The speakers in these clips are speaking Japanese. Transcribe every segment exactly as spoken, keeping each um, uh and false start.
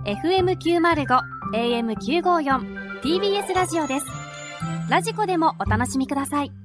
エフエムきゅうまるご、エーエムきゅうごよん ティービーエス ラジオです。ラジコでもお楽しみください。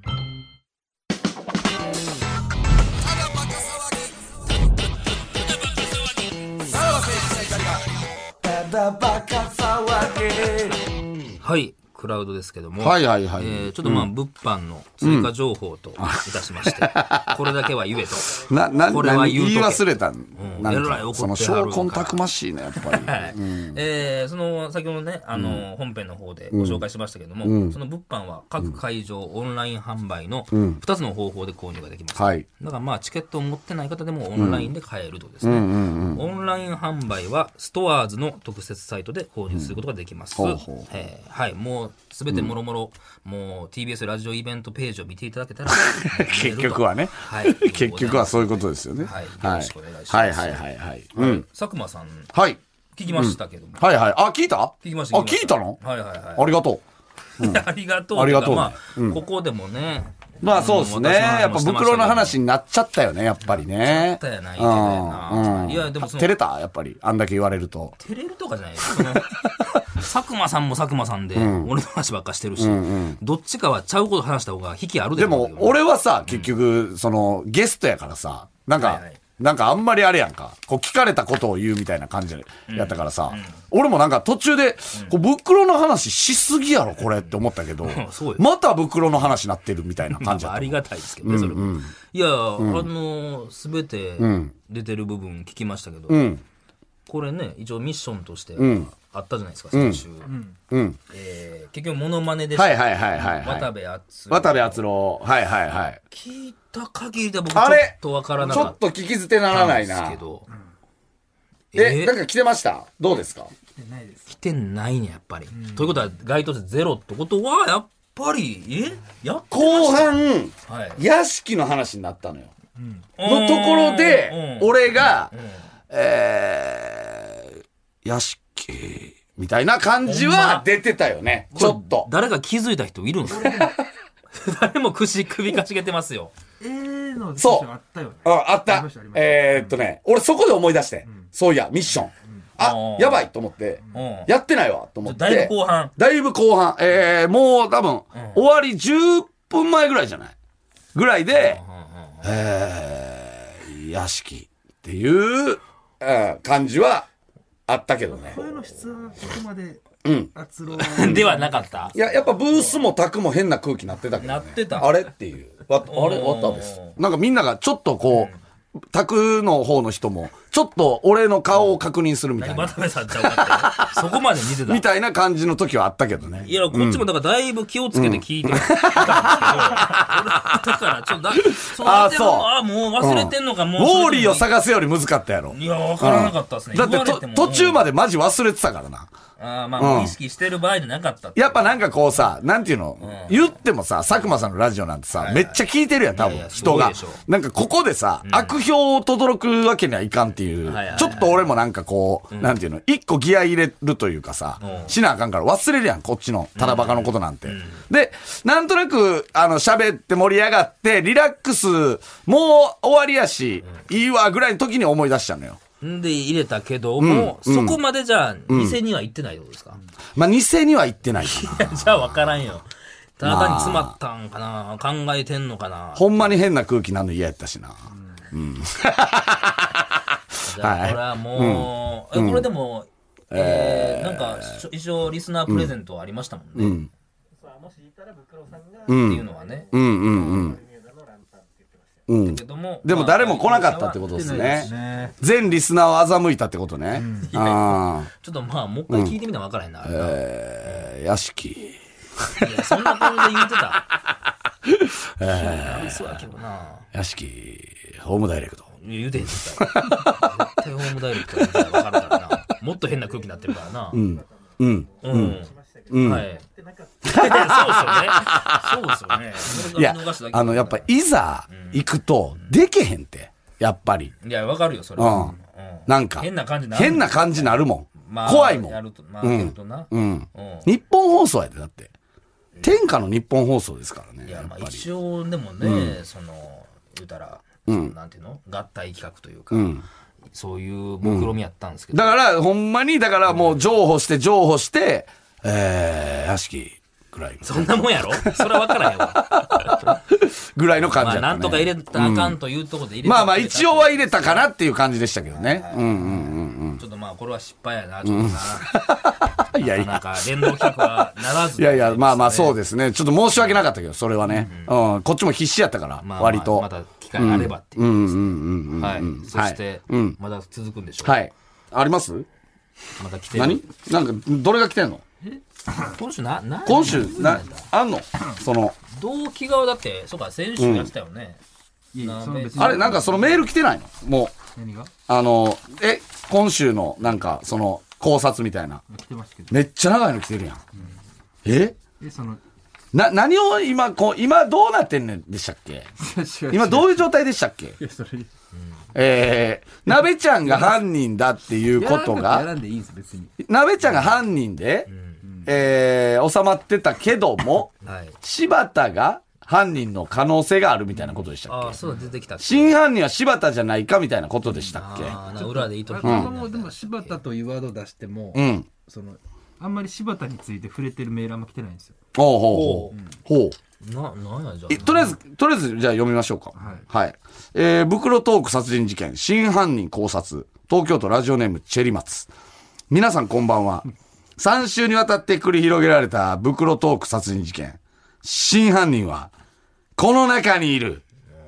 はい、クラウドですけども、 はいはいはい、 えー、ちょっとまあ、うん、物販の追加情報といたしまして、うん、これだけは言えと。 な、な、 これは言うとけ。 言い忘れたん、 うん、 なんかその証拠たくましいねやっぱり。 はい、うん、えー、その先ほどね、あの、うん、本編の方でご紹介しましたけども、うん、その物販は各会場、うん、オンライン販売のふたつの方法で購入ができます。はい、だからまあチケットを持ってない方でもオンラインで買えるとですね。うんうんうん、オンライン販売はストアーズの特設サイトで購入することができます。うん、ほうほう、えー、はい、もうすべてもろもろ、もう ティービーエス ラジオイベントページを見ていただけたら結局はね、はい、結局はそういうことですよね。 はい、よろしくお願いします。 はいはいはいはい。うん、 佐久間さん、 はい、 聞きましたけども、 うん、はいはい、あ、聞いた？ 聞きました。 あ、聞いたの？ はいはいはい。 ありがとう。うん、ありがとう。 ありがとう、ね。 まあ、 うん、 ここでもね。 まあそうですね。やっぱ袋の話になっちゃったよね、やっぱりね。 なったやないけどな。いやでもその照れたやっぱりあんだけ言われると。 照れるとかじゃない。その佐久間さんも佐久間さんで、うん、俺の話ばっかしてるし、うんうん、どっちかはちゃうこと話した方が引きあるで。 でも俺はさ、結局、うん、そのゲストやからさ、なんか、はいはい、なんかあんまりあれやんか、こう聞かれたことを言うみたいな感じやったからさ、うんうん、俺もなんか途中で、こう袋の話しすぎやろこれって思ったけど、うん、また袋の話になってるみたいな感じやった。 ありがたいですけどね、それも。うんうん、いや、うん、あのすべて出てる部分聞きましたけど、うん、これね一応ミッションとしてあったじゃないですか、先週。うんうん、えー、結局モノマネでした。 はいはいはいはい、はい、 渡部篤郎。 渡部篤郎、はいはいはい。 聞いた限りで僕ちょっとわからなかった。 ちょっと聞き捨てならないな。けど、うん、え、え、なんか来てました？どうですか？ 来てないです。来てないねやっぱり。うん、ということは該当者ゼロってことはやっぱりえやってました後半、はい、屋敷の話になったのよ。うん、のところで、うん、俺が、うん、えー、屋敷みたいな感じは出てたよね。ちょっと。 誰か気づいた人いるんですか？誰も首首かしげてますよ。 えーのそう。あったよね。あ、あった。えー、っとね、俺そこで思い出して。うん、そういや、ミッション。うん、あ、やばいと思って、うん、やってないわと思って。 だいぶ後半。 だいぶ後半。えー、もう多分、うん、終わりじゅっぷんまえぐらいじゃないぐらいで、うん、えー、屋敷っていう、うん、感じはあったけどね。 声の質はここまで。 うん。 ではなかった。 いや、やっぱブースもタクも変な空気なってたけど、ね。 なってた。 あれっていう。わ、あれわたです。なんかみんながちょっとこう、うん、タクの方の人も、ちょっと俺の顔を確認するみたいな。 渡部さんちゃうかって。そこまで見てた。 みたいな感じの時はあったけどね。 いや、こっちもだからだいぶ気をつけて聞いてたんですけど。うん、だからちょっとだ、そのあ、そう。あ、もう忘れてんのか、もう。 ウォーリーを探すより難かったやろ。 いや、わからなかったですね。 だってと途中までマジ忘れてたからな。 あまあ、うん、意識してる場合じゃなかったって。 やっぱなんかこうさ、なんていうの、うん、言ってもさ、佐久間さんのラジオなんてさ、はいはい、めっちゃ聞いてるやん、多分、いやいや人が。なんかここでさ、うん、悪評を轟くわけにはいかんっていう、はいはいはい、ちょっと俺もなんかこう、うん、なんていうの、一個ギア入れるというかさ、うん、しなあかんから忘れるやん、こっちの、ただバカのことなんて。うんうん、で、なんとなく、あの、喋って盛り上がって、リラックス、もう終わりやし、うん、いいわ、ぐらいの時に思い出したのよ。 んで入れたけども、うん、そこまでじゃあ、店には行ってないってことですか？うん、 まあ、店には行ってないかな。 じゃあ分からんよ。ただ単に詰まったんかな、考えてんのかな。 ほんまに変な空気なの嫌やったしな。うん。うん、 じゃあ、これはもう、はい、これでも、うん、えー、なんか、一応リスナープレゼントありましたもんね。うん。もしいたら、ブクロさんが、っていうのはね。 うんうんうん。うん、でも誰も来なかったってことですね。ね全リスナーを欺いたってことね。うん、 あちょっとまあもう一回聞いてみたら分からへんな。うん、 えー、屋敷。 いやそんな感じで言うてた。えー、そうやけどな。 屋敷ホームダイレクト。 言うてへん絶対。絶対ホームダイレクトやったら分かるからな。もっと変な空気になってるからな。うんうんうん。うん、はい。 そうですよね。そうですよね。 いや、あの、やっぱ、いざ、行くと、でけへんって。やっぱり。 いや、わかるよ、それは。うん。 なんか、 変な感じになる。 変な感じになるもん。まあ、怖いもん。やると、まあ、やるとな。うん。日本放送やで、だって。天下の日本放送ですからね。 いや、まあ、一応、でもね、その、言うたら、なんていうの合体企画というか。 そういう目論みやったんですけど。 だから、ほんまに、だからもう譲歩して譲歩して、えー、屋敷ぐらい。 そんなもんやろそれは分からへんわ。 ぐらいの感じだった、ね。 まあ、なんとか入れたらあかんというところで入れた、 うん。まあまあ、一応は入れたかなっていう感じでしたけどね。うんうんうんうん。 ちょっとまあ、これは失敗やな、ちょっとな。いやいや。なんか、連動企画はならず、 ね。いやいや、まあまあ、そうですね。ちょっと申し訳なかったけど、それはね。うん、うん、こっちも必死やったから、まあまあ、割と。 また機会あればっていう。 うんうんうんうん。 はい。そして、はい、まだ続くんでしょう。 はい。あります？ まだ来てる。 何？なんか、どれが来てんの？ 今週な、な、 今週、な、あんのその。 同期側だって、そうか、先週やってたよね。 うん、あれ、なんかそのメール来てないの？もう。 何が？ あの、え、今週の、なんか、その、考察みたいな。 来てますけど。 めっちゃ長いの来てるやん。うん、ええ、その、 な、何を今、こう、今どうなってんねんでしたっけ今どういう状態でしたっけいや、それ。 えー、なべちゃんが犯人だっていうことが、 やらんでいいんです、別に。 なべちゃんが犯人で、うんえー、収まってたけども、はい、柴田が犯人の可能性があるみたいなことでしたっけ？ ああ、そう出てきたっけ。 真犯人は柴田じゃないかみたいなことでしたっけ？ ああ、裏でいいとき。うん、でも柴田というワードを出しても、うん、そのあんまり柴田について触れてるメールあんま来てないんですよ。 ほうほうほう。うん、ほう。 な、なんやじゃあ。とりあえず、とりあえずじゃあ読みましょうか。はい。はい。えー、袋トーク殺人事件、真犯人考察、東京都ラジオネームチェリマツ。皆さんこんばんは。さん週にわたって繰り広げられた袋トーク殺人事件。真犯人は、この中にいる。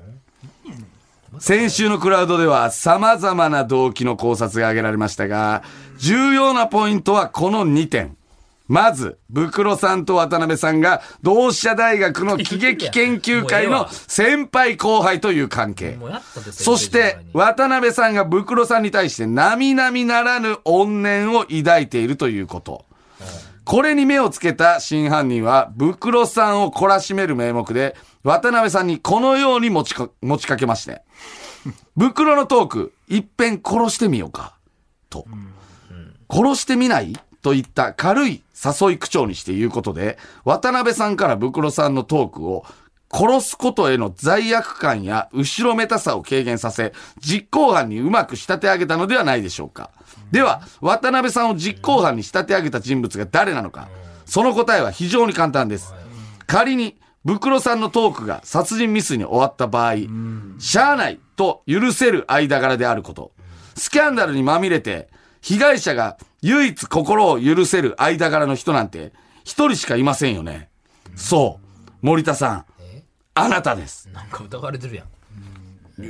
先週のクラウドでは様々な動機の考察が挙げられましたが、重要なポイントはこのにてん。まず、袋さんと渡辺さんが同志社大学の喜劇研究会の先輩後輩という関係。そして、渡辺さんが袋さんに対して並々ならぬ怨念を抱いているということ。これに目をつけた真犯人は、袋さんを懲らしめる名目で、渡辺さんにこのように持ちか、持ちかけまして、袋のトーク、一遍殺してみようか、と。殺してみないといった軽い誘い口調にして言うことで、渡辺さんから袋さんのトークを殺すことへの罪悪感や後ろめたさを軽減させ、実行犯にうまく仕立て上げたのではないでしょうか。では、渡辺さんを実行犯に仕立て上げた人物が誰なのか。その答えは非常に簡単です。仮に、袋さんのトークが殺人未遂に終わった場合、しゃあないと許せる間柄であること。スキャンダルにまみれて、被害者が唯一心を許せる間柄の人なんて一人しかいませんよね。そう。森田さん。あなたです。 なんか疑われてるやん。 俺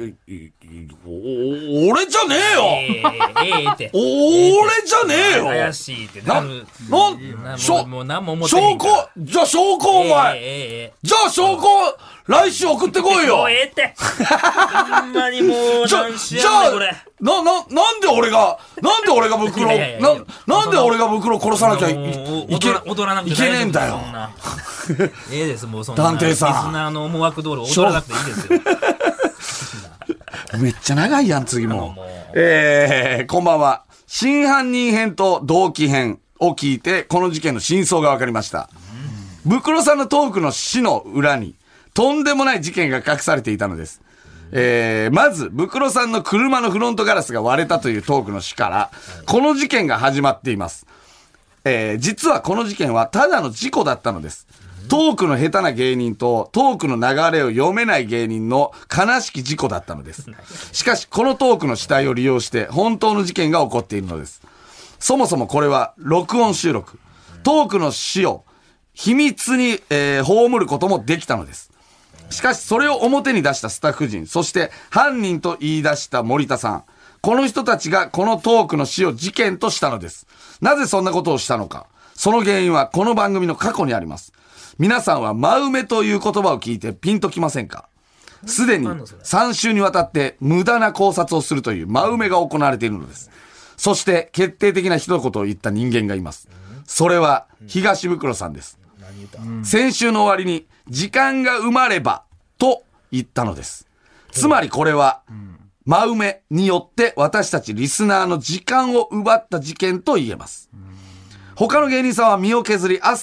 じゃねえよ、 えー、えー、って。 俺じゃねえよ、 怪しいってなる。 な、な、 しょ、もう何も思ってない。証拠、じゃあ証拠お前。えーえー、じゃあ証拠、来週送ってこいよ。 もうええって。ほんまにもう、 じゃ、じゃあ、な、な、なんで俺が、なんで俺が袋、な、なんで俺が袋殺さなきゃいけ、 踊らなくていけねえんだよ。 ええです、もうそんな。 探偵さん。 リスナーの思惑通り踊らなくていいですよ。 めっちゃ長いやん、次も。えー、こんばんは。真犯人編と動機編を聞いて、この事件の真相が分かりました。袋さんのトークの死の裏に、とんでもない事件が隠されていたのです。えー、まず、袋さんの車のフロントガラスが割れたというトークの死から、この事件が始まっています。えー、実はこの事件はただの事故だったのです。トークの下手な芸人とトークの流れを読めない芸人の悲しき事故だったのです。しかしこのトークの死体を利用して本当の事件が起こっているのです。そもそもこれは録音収録。トークの死を秘密に、えー、葬ることもできたのです。しかしそれを表に出したスタッフ陣、そして犯人と言い出した森田さん。この人たちがこのトークの死を事件としたのです。なぜそんなことをしたのか。その原因はこの番組の過去にあります。皆さんは真埋めという言葉を聞いてピンときませんか？すでにさん週にわたって無駄な考察をするという真埋めが行われているのです。そして決定的な一言を言った人間がいます。それは東袋さんです。先週の終わりに時間が生まればと言ったのです。つまりこれは真埋めによって私たちリスナーの時間を奪った事件と言えます。他の芸人さんは身を削り汗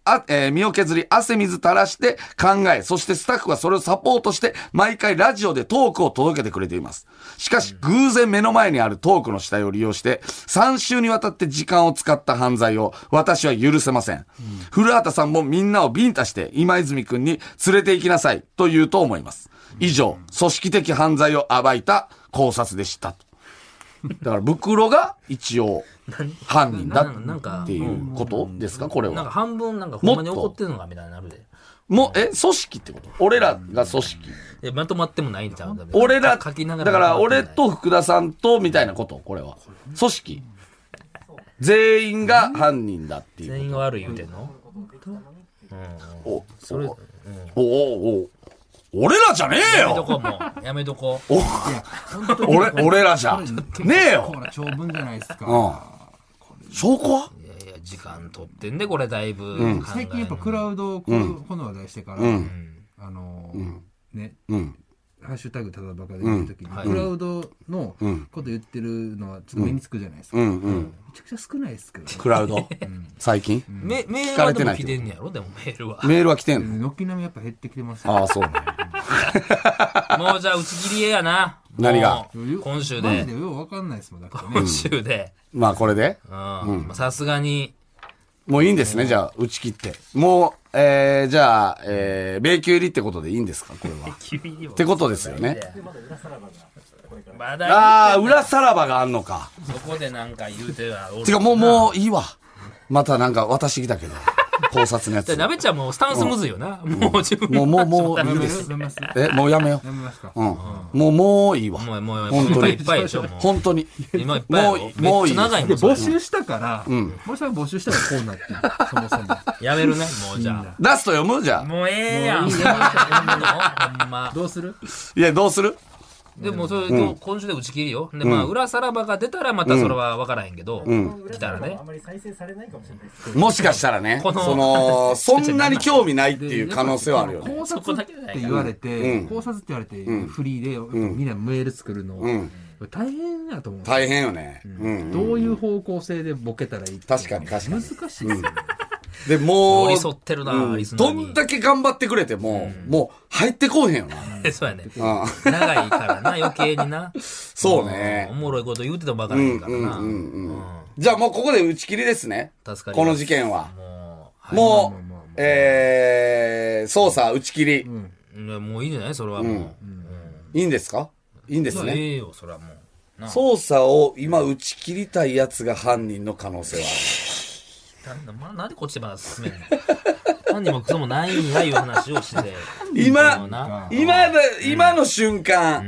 あ、えー、身を削り、汗水垂らして考え、そしてスタッフはそれをサポートして、毎回ラジオでトークを届けてくれています。しかし、偶然目の前にあるトークの主体を利用して、さん週にわたって時間を使った犯罪を私は許せません。うん、古畑さんもみんなをビンタして、今泉くんに連れて行きなさいと言うと思います。以上、組織的犯罪を暴いた考察でした。だから、袋が一応、犯人だっていうことですかこれは。 なんか半分なんかほんまに怒ってるのかみたいになるで。 もう、え、組織ってこと俺らが組織。 いや、まとまってもないんちゃう俺ら、書きながら。だから俺と福田さんとみたいなことこれは。組織。全員が犯人だっていう。 全員が悪い言うてんのうん。お、それ、うん、おおお俺らじゃねえよやめとこもう。やめとこ。 お俺、俺らじゃねえよ長文じゃないですか。 うん。証拠はいやいや、時間取ってんで、これだいぶ、 うん。最近やっぱクラウド、この炎を出してから、うん、あのー、うん、ね、うん、ハッシュタグただバカで言うときに、うん、クラウドのこと言ってるのはちょっと目につくじゃないですか。うんうん、めちゃくちゃ少ないですけど、ね。 クラウド、うん、最近、 うん、メメールはでも来てんねやろでもメールは。 メールは来てんの軒並みやっぱ減ってきてますよ。 ああ、そうね。 もうじゃあ打ち切りやな。 何が今週で。 マジでようわかんないですもん、だからね。 今週で。 まあこれでさすがに。 もういいんですね、じゃあ、打ち切って。もう、えー、じゃあ、えー、迷宮入りってことでいいんですかこれは。ってことですよね。ああ、裏さらばがあんのか。 そこでなんか言うては。 てかもう、もういいわ。またなんか私来たけど。考察のやつ。 なべちゃんもスタンスむずいよな。もう自分もう、もう、もういいです。え、もうやめよう。うん。もう、もういいわ。 もう、もう、 本当に。 いっぱいでしょ、もう。 本当に。 今いっぱい。もう、もういい。長いもん。 募集したから、森さんが募集したらこうなってる。そもそも。 やめるね、もうじゃあ。 ラスト読むじゃあ。 もうええやん。 どうするいや、どうするでもそれ、うん、今週で打ち切りよ。で、まあ、裏さらばが出たらまたそれは分からへんけど、うん、来たらね。 もしかしたらね、その、そんなに興味ないっていう可能性はあるよね。 考察って言われて、考察って言われて、フリーで、みんなメール作るの、大変やと思う。 大変よね。 どういう方向性でボケたらいいって確かに確かに。 難しいですよね。 で、もう、 寄り添ってるな、 うん、どんだけ頑張ってくれても、うん、もう入ってこうへんよな。 そうやね。長いからな、余計にな。 そうね。 おもろいこと言うててもバカないからな。 じゃあもうここで打ち切りですね。 助かりこの事件は。もう、もうえー、捜査打ち切り。 うん、もういいんじゃないそれはもう、うん。 いいんですかいいんですね。 ええよ、それはもう。 捜査を今打ち切りたいやつが犯人の可能性はある。 なんだ、まあ、なんでこっちでまだ進めんの何にもクソもないんやいう話をして。 今、今の、今の瞬間、うん、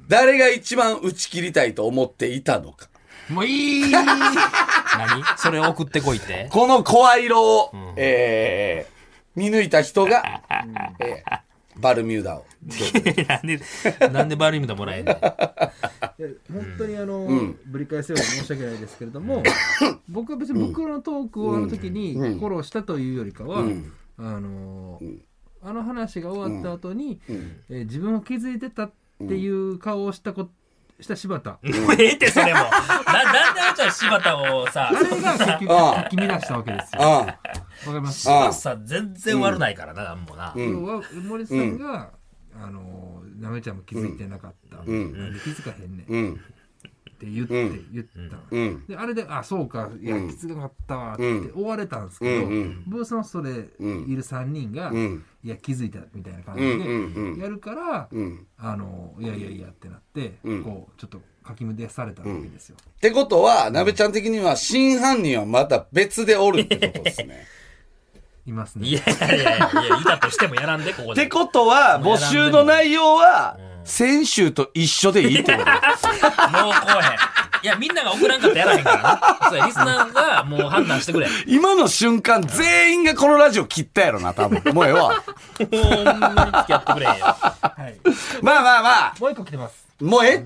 誰が一番打ち切りたいと思っていたのか。 もういい何それ送ってこいって。 この声色を、うん、えー、見抜いた人が、えー、バルミューダを。 なんで、なんでバルミューダもらえんの本当にあの、うん、ぶり返すように申し訳ないですけれども、僕は別に僕のトークをあの時にフォローしたというよりかは、うん、あの、うん、あの話が終わった後に、うんえー、自分を気づいてたっていう顔をしたこした柴田。 もうええってそれも。な、なんであんちゃん柴田をさ、 あれが結局かき乱したわけですよ。わかります柴田さん全然悪ないからな、なんもな。 要は森さんが、あのなめちゃんも気づいてなかった、うん、なんで気づかへんねん、うん、って言って、うん、言った、うん、であれであそうかいや気づかなかったわって終われたんですけど、うん、ブースのそれいるさんにんが、うん、いや気づいたみたいな感じでやるから、うん、あのいやいやいやってなって、うん、こうちょっと書き出されたわけですよ、 うん、ってことはなべちゃん的には真犯人はまた別でおるってことですねいますね。 いやいやいやいや、いたとしてもやらんで、ここで。 ってことは、募集の内容は、先週と一緒でいいってこともうこうへん。 いや、みんなが送らんかったらやらへんからな。そうや、リスナーがもう判断してくれ。 今の瞬間、全員がこのラジオ切ったやろな、多分。もうええわ。 もう、ほんまに付き合ってくれへんよ。はい。 まあまあまあ。 もう一個来てます。 もうええって。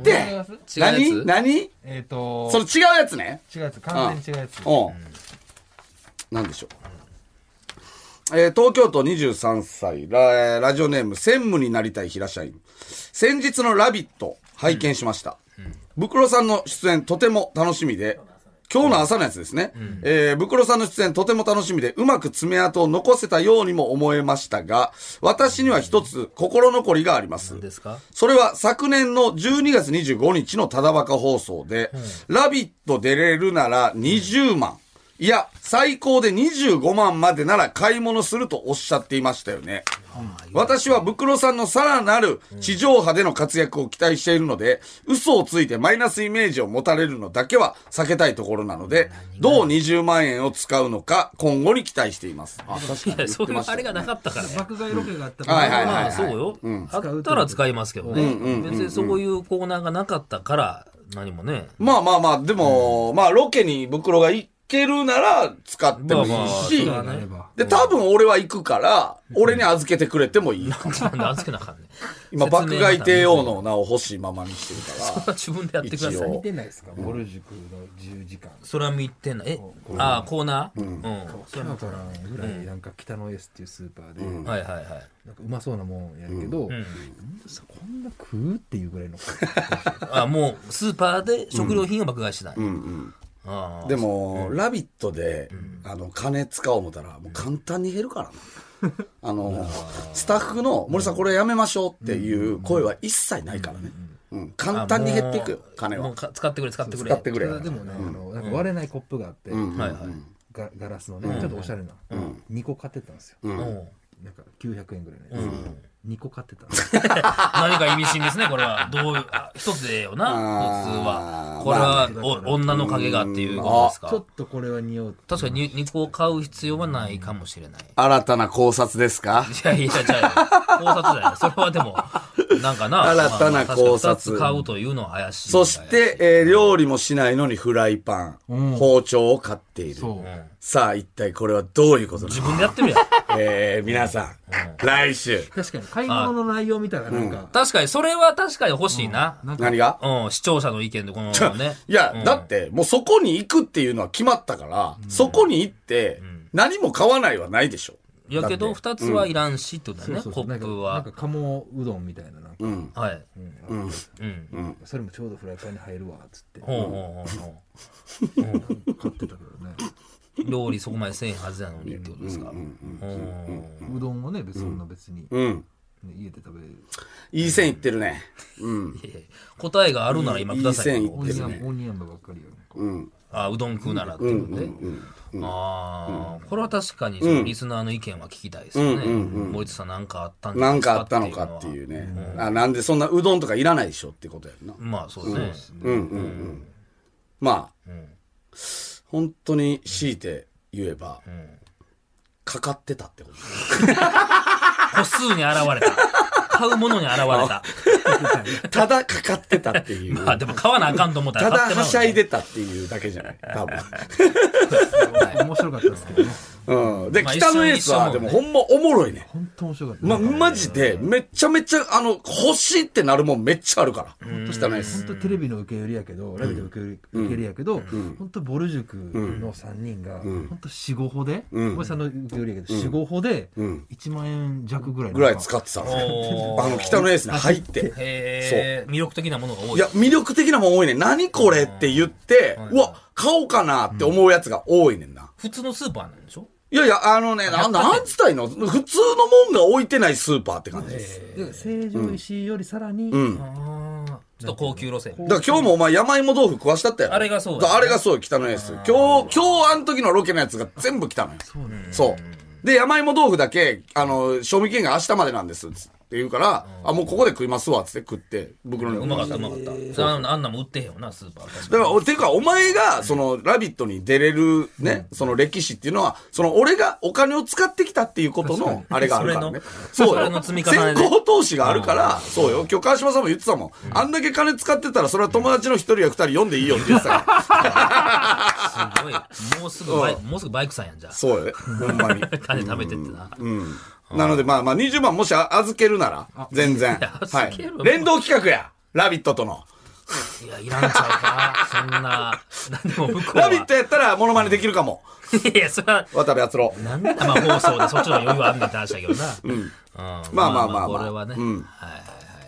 何何えっと。 それ違うやつね。 違うやつ。完全に違うやつ。 うん。なんでしょう。えー、東京都にじゅうさんさい ラ, ラジオネーム専務になりたい平社員。先日のラビット拝見しました。うんうん、ブクロさんの出演とても楽しみで、 今日の朝のやつですね。うん、えー、ブクロさんの出演とても楽しみで、うまく爪痕を残せたようにも思えましたが、私には一つ心残りがあります。 何ですか？ それは昨年のじゅうにがつにじゅうごにちのただバカ放送で、うん、ラビット出れるならにじゅうまん。いや、最高でにじゅうごまんまでなら買い物するとおっしゃっていましたよね。うん、私はブクロさんのさらなる地上波での活躍を期待しているので、嘘をついてマイナスイメージを持たれるのだけは避けたいところなので、どうにじゅうまんえんを使うのか今後に期待しています。 あ、確かに、ね。いや、そういうあれがなかったからね。 爆買いロケがあったから。 はいはいはい、はい。 そうよ、うん。あったら使いますけどね。うんうんうんうん、別にそういうコーナーがなかったから、何もね。 まあまあまあ、でも、うん、まあロケにブクロが行けるなら使ってもいいし、まあまあね、で、多分俺は行くから、俺に預けてくれてもいいかも。 なんで預けなあかんねん。 今、爆買い帝王の名を欲しいままにしてるから。 それは自分でやってください。 見てないですか、ボル塾のじゅうじかん。 それは見てない。え、ああ、コーナーうん。うん。 それはからぐらい、なんか北のエースっていうスーパーで、 はいはいはい。 なんかうまそうなもんやるけど、こんな食うっていうぐらいの。 あ、もう、スーパーで食料品を爆買いしない。 うんうん。でも、うん、ラビットで、うん、あの金使おう思ったらもう簡単に減るからな、うん、あのスタッフの森さんこれやめましょうっていう声は一切ないからね、うんうん、簡単に減っていくよ金は。もう使ってくれ使ってくれ使ってくれ。 でもね、うん、あのなんか割れないコップがあって、うんはいはい、ガ, ガラスのね、うん、ちょっとおしゃれな、うん、にこ買ってたんですよ、うん、なんかきゅうひゃくえんぐらいのやつ、うんにこ買ってた何か意味深ですねこれは。どういう一つでええよな普通は。これは、まあ、女の影がっていうことですか。 ちょっとこれは匂う。 確かに 2, にこ買う必要はないかもしれない。 新たな考察ですか。 いやいやじゃあ考察じゃない。それはでもなんかな新たな考察、まあ、 ふたつ買うというのは怪しい。 そして、えー、料理もしないのにフライパン、うん、包丁を買っている。そう、さあ一体これはどういうことなのか。 自分でやってるやん。 えー、皆さん、うん、来週確かに買い物の内容見たらなんか、うん、 確かにそれは確かに欲しいな、 うん、何が、 うん、視聴者の意見でこのねいや、うん、だってもうそこに行くっていうのは決まったから、うん、そこに行って何も買わないはないでしょ。 やけどふたつはいらんしってことだね、コップは。 なんか鴨うどんみたいななんか、 うん、はい、 うんうんうん、それもちょうどフライパンに入るわっつってほうほうほうほう、 うん、買ってたけどね。 料理そこまでせんはずなのにってことですか。 うどんはね別にそんな別に、 うん、 家で食べる。 いい線いってるね。うん。 答えがあるなら今ください。 いい線いってるね。 オニヤンばっかりよね。 うん。 あ、うどん食うならってことで。ああ、これは確かにそのリスナーの意見は聞きたいですよね。森田さんなんかあったんなんかあったのかっていうね。あ、なんでそんなうどんとかいらないでしょってことやな。 まあそうですね。 うんうんうん。まあ。本当に強いて言えば、うん、かかってたってこと個数に現れた。買うものに現れた。 ただかかってたっていう。 まあでも買わなあかんと思ったらただはしゃいでたっていうだけじゃない。多分。 面白かったですけどね。 うん。で、北のエースはでもほんまおもろいね。 本当面白かった。 ま、マジでめちゃめちゃあの、欲しいってなるもんめっちゃあるから。北のエース。 本当テレビの受け売りやけど、ラビで受け売り、受け売りやけど、本当ボル塾のさんにんが、本当よん、ごほで、森さんの受け売りやけど、よん、ごほで、いちまんえん弱ぐらい。 ぐらい使ってた。あの、北のエースに入って。 へー。魅力的なものが多い。 いや、魅力的なもの多いね。何これって言って、うわ、買おうかなって思うやつが多いねんな。 普通のスーパーなんでしょ？ いやいや、あのね、な、なんつったらいいの？普通のもんが置いてないスーパーって感じです。 成城石井よりさらに、 うん。 ちょっと高級路線。 だから今日もお前山芋豆腐食わしたったよ。 あれがそうだ。 あれがそうよ、北のエース。今日、今日あの時のロケのやつが全部来たのよ。そう。で、山芋豆腐だけ、あの、賞味期限が明日までなんです。って言うから、あ、もうここで食いますわ、つって食って、袋に。 うまかった、うまかった。あんなも売ってへんよな、スーパー。 だから、ていうか、お前が、その、ラビットに出れるね、その歴史っていうのは、その、俺がお金を使ってきたっていうことの、あれがあるからね。そうよ。先行投資があるから、そうよ。今日川島さんも言ってたもん。あんだけ金使ってたら、それは友達の一人や二人読んでいいよって言ってたから。すごい。もうすぐバイク、もうすぐバイクさんやんじゃん。 そうよ。ほんまに。 金食べてってな。 うん。なので、まあまあ、にじゅうまんもし預けるなら、全然。はい。連動企画や。ラビットとの。 いや、いらんちゃうか。そんな。なんでも向こうは。 ラビットやったら、モノマネできるかも。 いや、それは。 渡部篤郎。 なんで生放送でそっちの余裕あんねんって話だけどな。うん。 まあまあまあまあ。 これはね。うん。はいはいはい。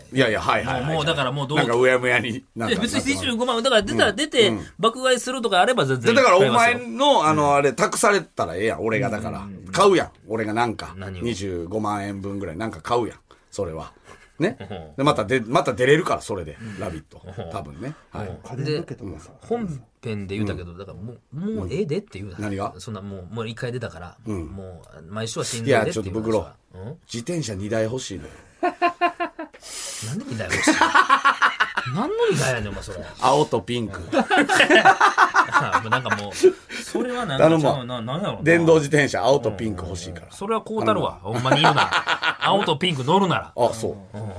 いやいや、はいはい、はい。 もうだからもうどうなんかうやむやになんか。 別ににじゅうごまん、だから出たら出て、爆買いするとかあれば全然。 だからお前の、あの、あれ、託されたらええやん、俺がだから。買うやん、俺がなんか。にじゅうごまんえんぶんぐらいなんか買うやん、それは。ね。で、またで、また出れるから、それで。ラビット。多分ね。はい。 で、 本編で言うたけど、だからもう、もうええでって言う。 何がそんなもう、もう一回出たから、もう、毎週は死んでででっていう。いや、ちょっと袋。自転車にだい欲しいのよ。 なんでにだい欲しい何のにだいやねん、お前それ。 青とピンク。 なんかもう、それはなんかちゃうな、なんやろな。 電動自転車、青とピンク欲しいから。 それはこうたるわ。ほんまに言うなら。青とピンク乗るなら。 あ、そう。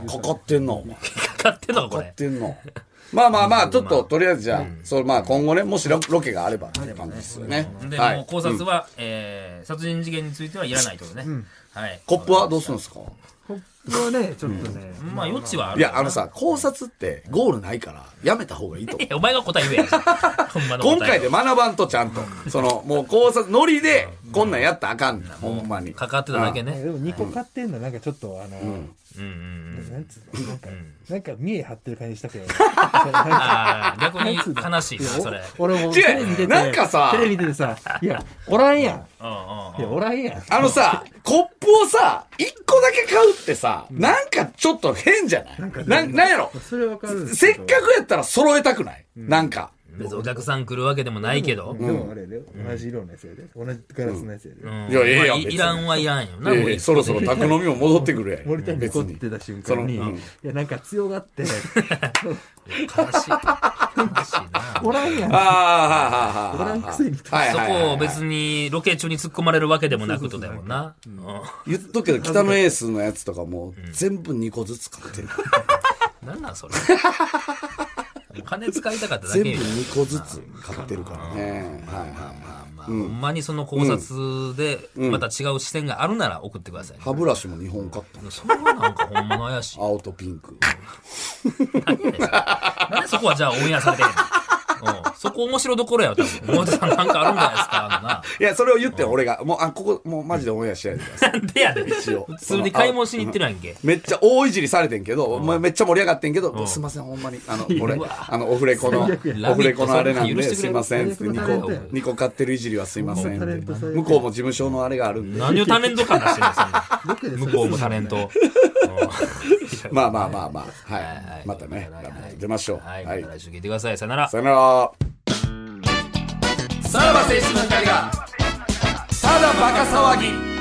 かかってんな、お前。 かかってんのか、これ。 かかってんな。まあまあまあ、ちょっと、とりあえずじゃあ、そう、まあ今後ね、もしロケがあればって感じですよね。 で、もう考察は、え殺人事件についてはいらないというね。はい。 コップはどうするんですか？ コップはね、ちょっとね。 まあ余地はある。 いや、あのさ、考察ってゴールないから、やめた方がいいと思う。 お前が答え言えや。 今回で学ばんとちゃんと。その、もう考察、ノリで、こんなんやったらあかんねん、ほんまに。 かかってただけね。 でもにこ買ってんのなんかちょっと、あの、 うんうん。 なんつうのなんか、なんか見え張ってる感じしたけど。 逆に悲しいな、それ。 俺もテレビ見てて、 なんかさ、 テレビ見ててさ、いや、おらんやん。いや、おらんやん。 あのさ、コップをさ、一個だけ買うってさ、なんかちょっと変じゃないな、なんやろそれわかる。 せっかくやったら揃えたくないなんか。 別にお客さん来るわけでもないけど。 でもあれで、同じ色のやつやで。同じガラスのやつやで。 いや、ええやん。 いらんはいらんよな。 そろそろ宅飲みも戻ってくるやん。 森田に怒ってた瞬間に、いや、なんか強がって、悲しい。 悲しいな。 おらんやん。 ああ、 おらんくせに。 そこを別にロケ中に突っ込まれるわけでもなくとだもんな。 言っとくけど、北のエースのやつとかも全部にこずつ買ってる。 なんなんそれ。金使いたかっただけ。 全部にこずつ買ってるからね。はいはいはい。ほんまにその考察でまた違う視点があるなら送ってください。 歯ブラシもにほん買った。 それはなんかほんまの怪しい。 青とピンク。 何やねん。なんでそこはじゃあオンエアされてんの？そこ面白どころやよ、多分。表さんなんかあるんじゃないですか、な。 いや、それを言って俺が、もう、あ、ここ、もうマジでオンエアしないでください。 なんでやねん。一応。普通に買い物しに行ってないんけ。 めっちゃ大いじりされてんけど、めっちゃ盛り上がってんけど、すいません、ほんまに。あの、俺、あの、オフレコの、オフレコのあれなんで、すいません。にこ、にこ買ってるいじりはすいません。向こうも事務所のあれがあるんで。 何をタレント感出してんの？向こうもタレント。 まあまあまあまあ。はい。またね、出ましょう。 はい。来週聞いてください。さよなら。 さよなら。さらば青春の光が、ただバカ騒ぎ。